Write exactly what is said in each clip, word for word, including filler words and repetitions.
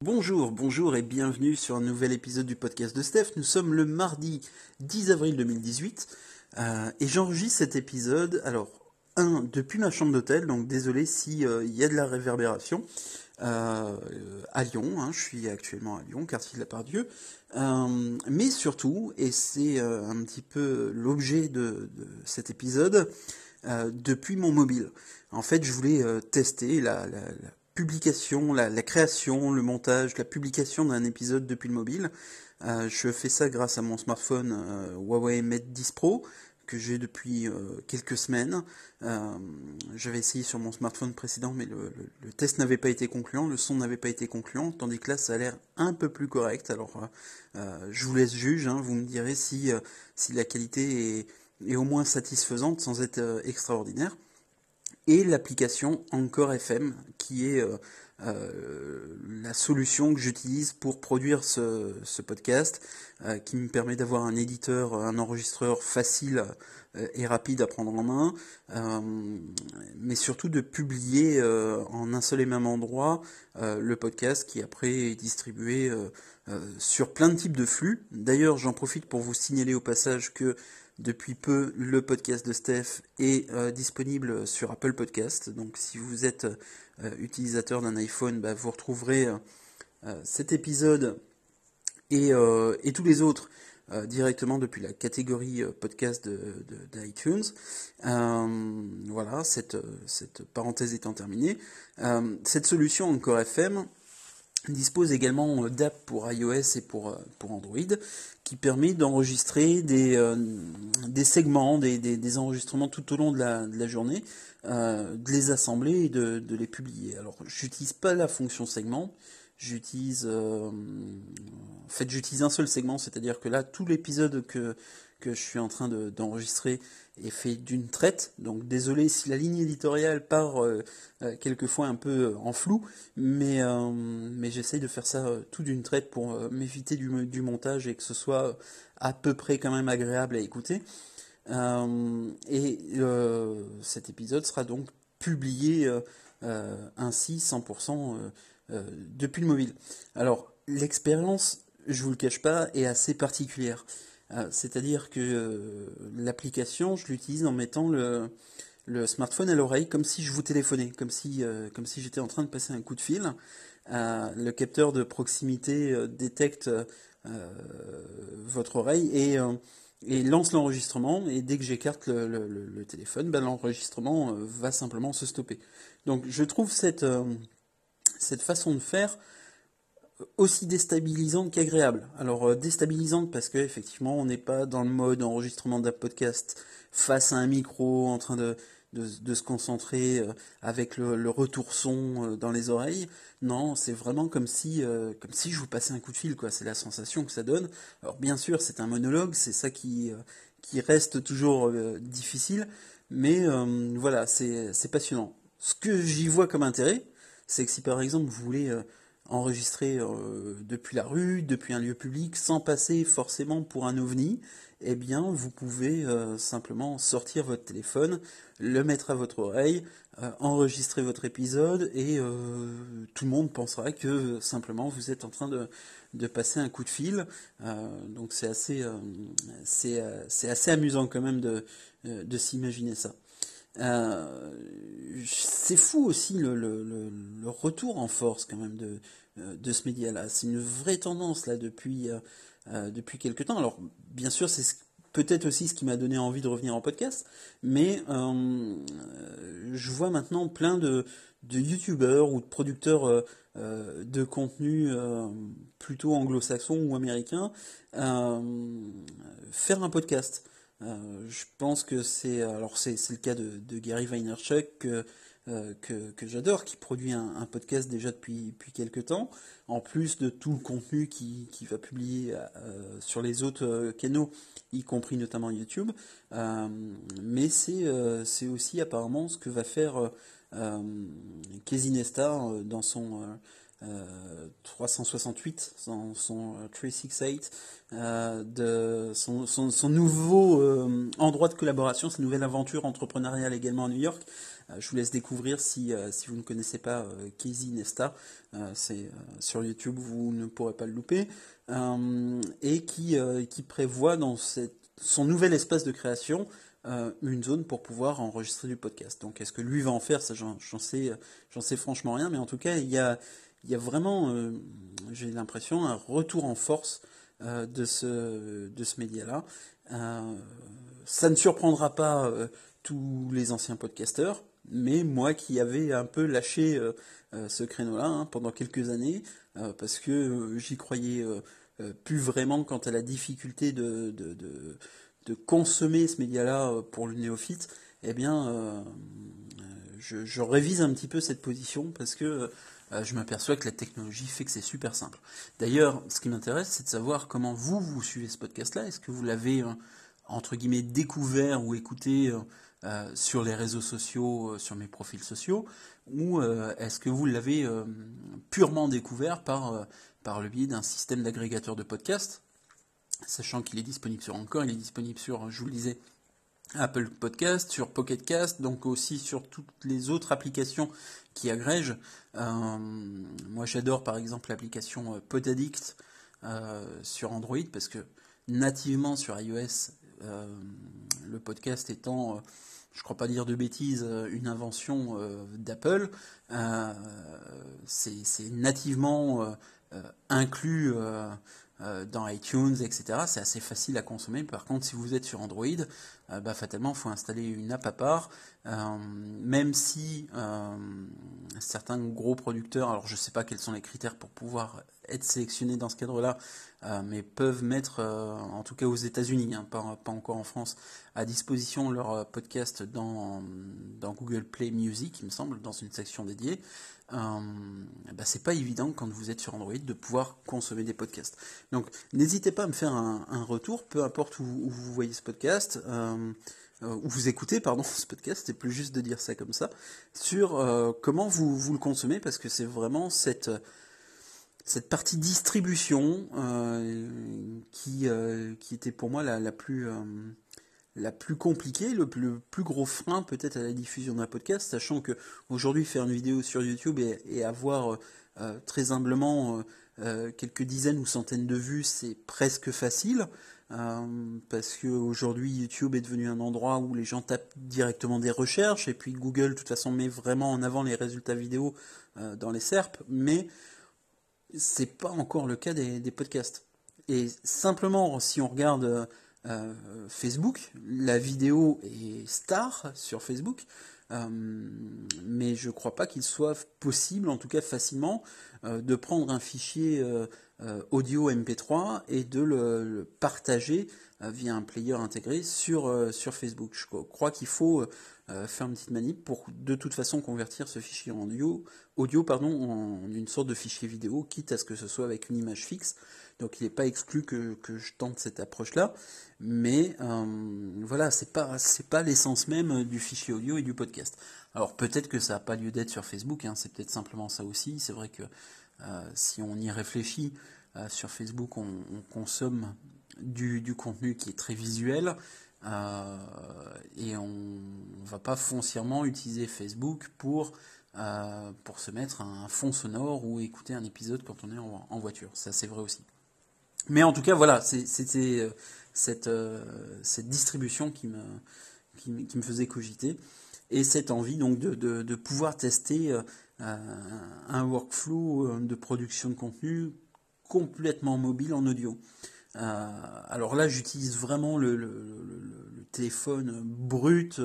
Bonjour, bonjour et bienvenue sur un nouvel épisode du podcast de Steph. Nous sommes le mardi dix avril deux mille dix-huit euh, et j'enregistre cet épisode, alors, un, depuis ma chambre d'hôtel, donc désolé s'il euh, y a de la réverbération, euh, à Lyon, hein, je suis actuellement à Lyon, quartier de la Part-Dieu, euh, mais surtout, et c'est euh, un petit peu l'objet de, de cet épisode, euh, depuis mon mobile. En fait, je voulais euh, tester la, la, la publication, la, la création, le montage, la publication d'un épisode depuis le mobile. Euh, je fais ça grâce à mon smartphone euh, Huawei Mate dix Pro que j'ai depuis euh, quelques semaines. Euh, J'avais essayé sur mon smartphone précédent, mais le, le, le test n'avait pas été concluant, le son n'avait pas été concluant, tandis que là, ça a l'air un peu plus correct. Alors, euh, je vous laisse juge, hein, vous me direz si, euh, si la qualité est, est au moins satisfaisante sans être euh, extraordinaire. Et l'application Anchor F M, qui est euh, euh, la solution que j'utilise pour produire ce, ce podcast, euh, qui me permet d'avoir un éditeur, un enregistreur facile euh, et rapide à prendre en main, euh, mais surtout de publier euh, en un seul et même endroit euh, le podcast qui après est distribué euh, euh, sur plein de types de flux. D'ailleurs, j'en profite pour vous signaler au passage que depuis peu, le podcast de Steph est euh, disponible sur Apple Podcast. Donc si vous êtes euh, utilisateur d'un iPhone, bah, vous retrouverez euh, cet épisode et, euh, et tous les autres euh, directement depuis la catégorie euh, podcast de, de, d'iTunes. Euh, voilà, cette, cette parenthèse étant terminée. Euh, cette solution Encore F M dispose également d'app pour iOS et pour, pour Android, qui permet d'enregistrer des, euh, des segments, des, des, des enregistrements tout au long de la, de la journée, euh, de les assembler et de, de les publier. Alors, j'utilise pas la fonction segment, j'utilise, euh, en fait, j'utilise un seul segment, c'est-à-dire que là, tout l'épisode que que je suis en train de, d'enregistrer est fait d'une traite. Donc désolé si la ligne éditoriale part euh, euh, quelquefois un peu en flou, mais, euh, mais j'essaye de faire ça euh, tout d'une traite pour euh, m'éviter du, du montage et que ce soit à peu près quand même agréable à écouter. Euh, et euh, cet épisode sera donc publié euh, euh, ainsi cent pour cent euh, euh, depuis le mobile. Alors l'expérience, je vous le cache pas, est assez particulière. Euh, c'est-à-dire que euh, l'application, je l'utilise en mettant le, le smartphone à l'oreille comme si je vous téléphonais, comme si, euh, comme si j'étais en train de passer un coup de fil. Euh, le capteur de proximité euh, détecte euh, votre oreille et, euh, et lance l'enregistrement. Et dès que j'écarte le, le, le téléphone, ben, l'enregistrement euh, va simplement se stopper. Donc je trouve cette, euh, cette façon de faire aussi déstabilisante qu'agréable. Alors euh, déstabilisante parce que effectivement on n'est pas dans le mode enregistrement d'un podcast face à un micro en train de, de, de se concentrer euh, avec le, le retour son euh, dans les oreilles. Non, c'est vraiment comme si euh, comme si je vous passais un coup de fil, quoi. C'est la sensation que ça donne. Alors bien sûr c'est un monologue, c'est ça qui euh, qui reste toujours euh, difficile, mais euh, voilà, c'est c'est passionnant. Ce que j'y vois comme intérêt, c'est que si par exemple vous voulez euh, enregistré euh, depuis la rue, depuis un lieu public, sans passer forcément pour un ovni, eh bien vous pouvez euh, simplement sortir votre téléphone, le mettre à votre oreille, euh, enregistrer votre épisode et euh, tout le monde pensera que simplement vous êtes en train de, de passer un coup de fil. Euh, donc c'est assez, euh, c'est, euh, c'est assez amusant quand même de, de s'imaginer ça. Euh, c'est fou aussi le, le, le, le retour en force quand même de, de ce média-là. C'est une vraie tendance là depuis, euh, depuis quelques temps. Alors bien sûr c'est ce, peut-être aussi ce qui m'a donné envie de revenir en podcast, mais euh, je vois maintenant plein de, de youtubeurs ou de producteurs euh, euh, de contenu euh, plutôt anglo-saxons ou américains euh, faire un podcast. Euh, je pense que c'est alors c'est, c'est le cas de, de Gary Vaynerchuk que, euh, que, que j'adore, qui produit un, un podcast déjà depuis, depuis quelques temps, en plus de tout le contenu qu'il qui va publier euh, sur les autres euh, canaux, y compris notamment YouTube. Euh, mais c'est, euh, c'est aussi apparemment ce que va faire euh, Casey Neistat euh, dans son, euh, trois cent soixante-huit, son, son euh, trois cent soixante-huit, euh, de son, son, son nouveau euh, endroit de collaboration, sa nouvelle aventure entrepreneuriale également à New York. Euh, je vous laisse découvrir si, euh, si vous ne connaissez pas euh, Casey Neistat. Euh, c'est euh, sur YouTube, vous ne pourrez pas le louper. Euh, et qui, euh, qui prévoit dans cette, son nouvel espace de création euh, une zone pour pouvoir enregistrer du podcast. Donc est-ce que lui va en faire, ça j'en, j'en sais, j'en sais franchement rien, mais en tout cas il y a, il y a vraiment, euh, j'ai l'impression, un retour en force euh, de ce, de ce média-là. Euh, ça ne surprendra pas euh, tous les anciens podcasteurs, mais moi qui avais un peu lâché euh, euh, ce créneau-là hein, pendant quelques années, euh, parce que euh, j'y croyais euh, euh, plus vraiment quant à la difficulté de, de, de, de consommer ce média-là euh, pour le néophyte, eh bien, euh, je, je révise un petit peu cette position parce que euh, je m'aperçois que la technologie fait que c'est super simple. D'ailleurs, ce qui m'intéresse, c'est de savoir comment vous, vous suivez ce podcast-là. Est-ce que vous l'avez, euh, entre guillemets, découvert ou écouté euh, euh, sur les réseaux sociaux, euh, sur mes profils sociaux, ou euh, est-ce que vous l'avez euh, purement découvert par, euh, par le biais d'un système d'agrégateur de podcasts, sachant qu'il est disponible sur Anchor, il est disponible sur, je vous le disais, Apple Podcast, sur Pocket Cast, donc aussi sur toutes les autres applications qui agrègent. Euh, moi j'adore par exemple l'application Podaddict euh, sur Android parce que nativement sur iOS, euh, le podcast étant, euh, je crois pas dire de bêtises, une invention euh, d'Apple, euh, c'est, c'est nativement euh, euh, inclus euh, euh, dans iTunes, et cetera. C'est assez facile à consommer. Par contre, si vous êtes sur Android, euh, bah, fatalement, il faut installer une app à part. Euh, même si euh, certains gros producteurs, alors je ne sais pas quels sont les critères pour pouvoir être sélectionnés dans ce cadre-là, euh, mais peuvent mettre, euh, en tout cas aux États-Unis, hein, pas, pas encore en France, à disposition leur podcast dans, dans Google Play Music, il me semble, dans une section dédiée. Euh, bah, c'est pas évident quand vous êtes sur Android de pouvoir consommer des podcasts. Donc n'hésitez pas à me faire un, un retour, peu importe où, où vous voyez ce podcast, euh, euh, où vous écoutez, pardon, ce podcast, c'est plus juste de dire ça comme ça, sur euh, comment vous, vous le consommez, parce que c'est vraiment cette, cette partie distribution euh, qui, euh, qui était pour moi la, la plus... Euh, la plus compliquée, le plus, le plus gros frein peut-être à la diffusion d'un podcast, sachant que aujourd'hui faire une vidéo sur YouTube et, et avoir euh, très humblement euh, quelques dizaines ou centaines de vues, c'est presque facile, euh, parce qu'aujourd'hui YouTube est devenu un endroit où les gens tapent directement des recherches, et puis Google de toute façon met vraiment en avant les résultats vidéo euh, dans les S E R P, mais c'est pas encore le cas des, des podcasts. Et simplement, si on regarde euh, Facebook, la vidéo est star sur Facebook, euh, mais je crois pas qu'il soit possible, en tout cas facilement, euh, de prendre un fichier euh, euh, audio M P trois et de le, le partager euh, via un player intégré sur, euh, sur Facebook. Je crois qu'il faut euh, faire une petite manip pour de toute façon convertir ce fichier en audio, audio pardon, en une sorte de fichier vidéo, quitte à ce que ce soit avec une image fixe. Donc il n'est pas exclu que, que je tente cette approche-là, mais euh, voilà, c'est pas c'est pas l'essence même du fichier audio et du podcast. Alors peut-être que ça n'a pas lieu d'être sur Facebook, hein, c'est peut-être simplement ça aussi. C'est vrai que euh, si on y réfléchit, euh, sur Facebook on, on consomme du, du contenu qui est très visuel, euh, et on ne va pas foncièrement utiliser Facebook pour euh, pour se mettre un fond sonore ou écouter un épisode quand on est en, en voiture. Ça c'est vrai aussi. Mais en tout cas, voilà, c'était euh, cette, euh, cette distribution qui me, qui, me, qui me faisait cogiter, et cette envie donc de, de, de pouvoir tester euh, un workflow de production de contenu complètement mobile en audio. Euh, alors là, j'utilise vraiment le, le, le, le téléphone brut,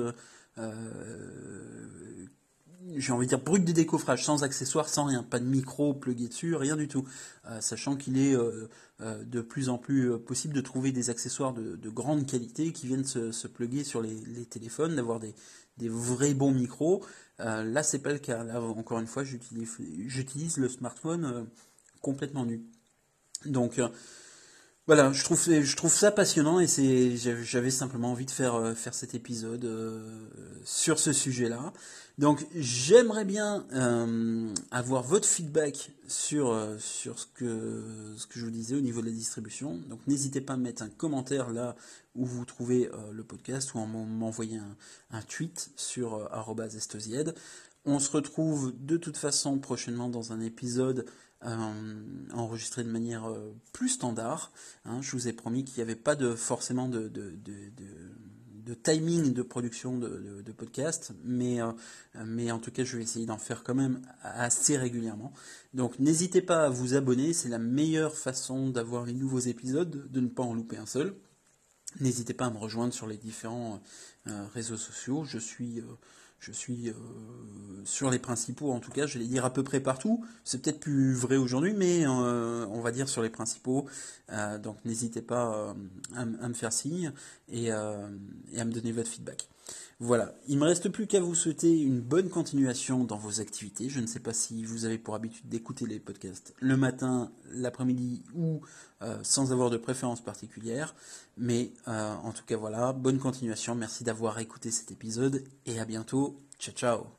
euh, j'ai envie de dire brut de décoffrage, sans accessoires, sans rien, pas de micro plugué dessus, rien du tout, euh, sachant qu'il est euh, euh, de plus en plus possible de trouver des accessoires de, de grande qualité qui viennent se, se pluguer sur les, les téléphones, d'avoir des, des vrais bons micros. Euh, là, c'est pas le cas. Là, encore une fois, j'utilise, j'utilise le smartphone euh, complètement nu. Donc, euh, Voilà, je trouve, je trouve ça passionnant et c'est, j'avais j'avais simplement envie de faire, euh, faire cet épisode euh, sur ce sujet-là. Donc, j'aimerais bien euh, avoir votre feedback sur, euh, sur ce que, ce que je vous disais au niveau de la distribution. Donc, n'hésitez pas à mettre un commentaire là où vous trouvez euh, le podcast ou à m'en- m'envoyer un, un tweet sur euh, arobase estosied. On se retrouve de toute façon prochainement dans un épisode euh, enregistré de manière euh, plus standard. Hein. Je vous ai promis qu'il n'y avait pas de, forcément de, de, de, de, de timing de production de, de, de podcast, mais, euh, mais en tout cas je vais essayer d'en faire quand même assez régulièrement. Donc n'hésitez pas à vous abonner, c'est la meilleure façon d'avoir les nouveaux épisodes, de ne pas en louper un seul. N'hésitez pas à me rejoindre sur les différents euh, réseaux sociaux. Je suis, euh, je suis euh, sur les principaux, en tout cas, je vais dire à peu près partout. C'est peut-être plus vrai aujourd'hui, mais euh, on va dire sur les principaux. Euh, donc n'hésitez pas euh, à, à me faire signe et, euh, et à me donner votre feedback. Voilà, il ne me reste plus qu'à vous souhaiter une bonne continuation dans vos activités. Je ne sais pas si vous avez pour habitude d'écouter les podcasts le matin, l'après-midi ou euh, sans avoir de préférence particulière. Mais euh, en tout cas voilà, bonne continuation, merci d'avoir écouté cet épisode et à bientôt. Ciao ciao.